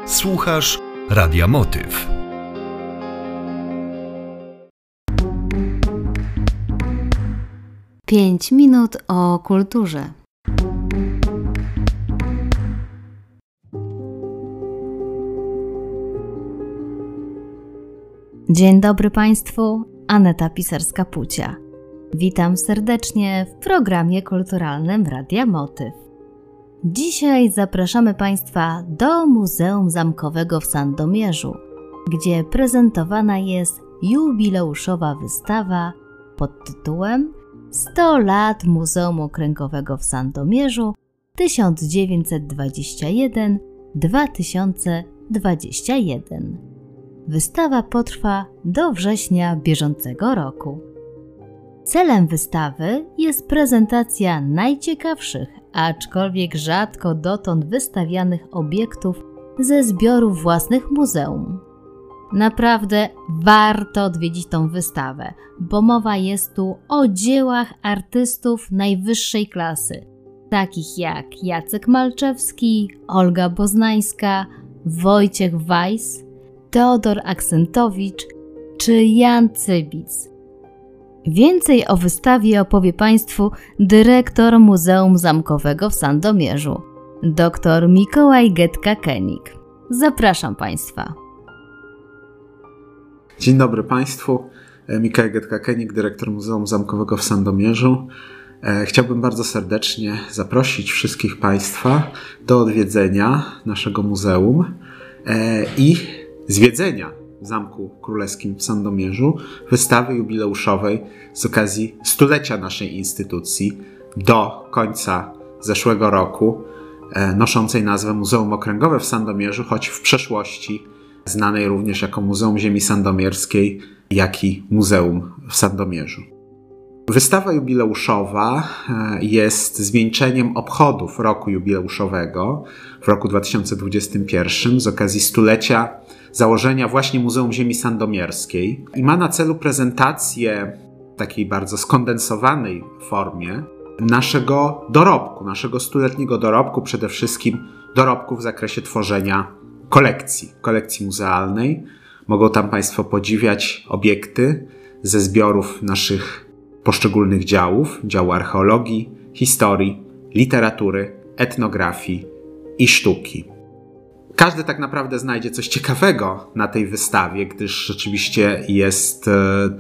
Słuchasz Radia Motyw. Pięć minut o kulturze. Dzień dobry Państwu, Aneta Pisarska-Pucia. Witam serdecznie w programie kulturalnym Radia Motyw. Dzisiaj zapraszamy Państwa do Muzeum Zamkowego w Sandomierzu, gdzie prezentowana jest jubileuszowa wystawa pod tytułem 100 lat Muzeum Okręgowego w Sandomierzu 1921-2021. Wystawa potrwa do września bieżącego roku. Celem wystawy jest prezentacja najciekawszych, aczkolwiek rzadko dotąd wystawianych obiektów ze zbiorów własnych muzeum. Naprawdę warto odwiedzić tą wystawę, bo mowa jest tu o dziełach artystów najwyższej klasy, takich jak Jacek Malczewski, Olga Boznańska, Wojciech Weiss, Teodor Axentowicz czy Jan Cybic. Więcej o wystawie opowie Państwu dyrektor Muzeum Zamkowego w Sandomierzu, dr Mikołaj Getka-Kenik. Zapraszam Państwa. Dzień dobry Państwu, Mikołaj Getka-Kenik, dyrektor Muzeum Zamkowego w Sandomierzu. Chciałbym bardzo serdecznie zaprosić wszystkich Państwa do odwiedzenia naszego muzeum i zwiedzenia w Zamku Królewskim w Sandomierzu wystawy jubileuszowej z okazji stulecia naszej instytucji do końca zeszłego roku, noszącej nazwę Muzeum Okręgowe w Sandomierzu, choć w przeszłości znanej również jako Muzeum Ziemi Sandomierskiej, jak i Muzeum w Sandomierzu. Wystawa jubileuszowa jest zwieńczeniem obchodów roku jubileuszowego w roku 2021 z okazji stulecia założenia właśnie Muzeum Ziemi Sandomierskiej i ma na celu prezentację w takiej bardzo skondensowanej formie naszego dorobku, naszego stuletniego dorobku, przede wszystkim dorobku w zakresie tworzenia kolekcji muzealnej. Mogą tam Państwo podziwiać obiekty ze zbiorów naszych poszczególnych działów, działu archeologii, historii, literatury, etnografii i sztuki. Każdy tak naprawdę znajdzie coś ciekawego na tej wystawie, gdyż rzeczywiście jest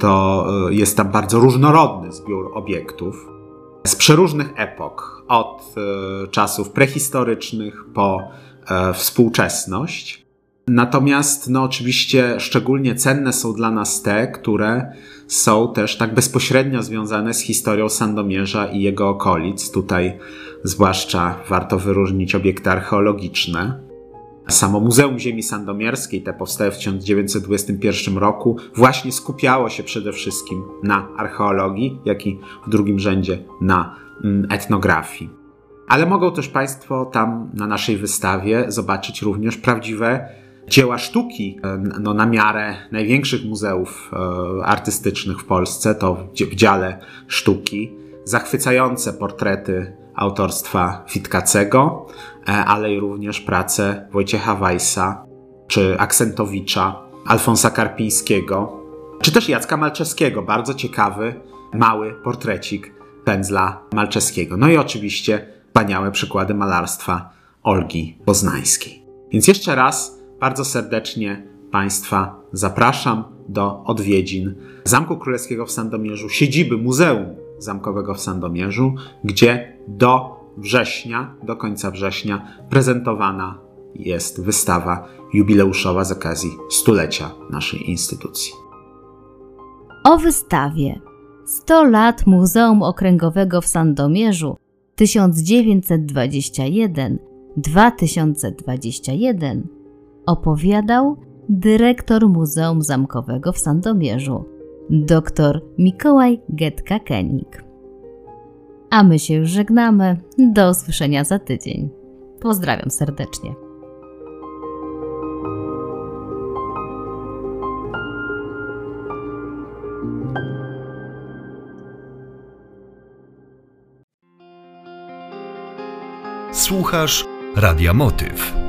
tam bardzo różnorodny zbiór obiektów z przeróżnych epok, od czasów prehistorycznych po współczesność. Natomiast oczywiście szczególnie cenne są dla nas te, które są też tak bezpośrednio związane z historią Sandomierza i jego okolic. Tutaj zwłaszcza warto wyróżnić obiekty archeologiczne. Samo Muzeum Ziemi Sandomierskiej, te powstałe w 1921 roku, właśnie skupiało się przede wszystkim na archeologii, jak i w drugim rzędzie na etnografii. Ale mogą też Państwo tam na naszej wystawie zobaczyć również prawdziwe dzieła sztuki na miarę największych muzeów artystycznych w Polsce, to w dziale sztuki, zachwycające portrety autorstwa Witkacego, ale i również prace Wojciecha Weissa, czy Axentowicza, Alfonsa Karpińskiego, czy też Jacka Malczewskiego, bardzo ciekawy, mały portrecik pędzla Malczewskiego. No i oczywiście wspaniałe przykłady malarstwa Olgi Boznańskiej. Więc jeszcze raz bardzo serdecznie Państwa zapraszam do odwiedzin Zamku Królewskiego w Sandomierzu, siedziby Muzeum Zamkowego w Sandomierzu, gdzie do końca września prezentowana jest wystawa jubileuszowa z okazji stulecia naszej instytucji. O wystawie 100 lat Muzeum Okręgowego w Sandomierzu 1921-2021 opowiadał dyrektor Muzeum Zamkowego w Sandomierzu, dr Mikołaj Getka-Kenik. A my się już żegnamy. Do usłyszenia za tydzień. Pozdrawiam serdecznie. Słuchasz Radia Motyw.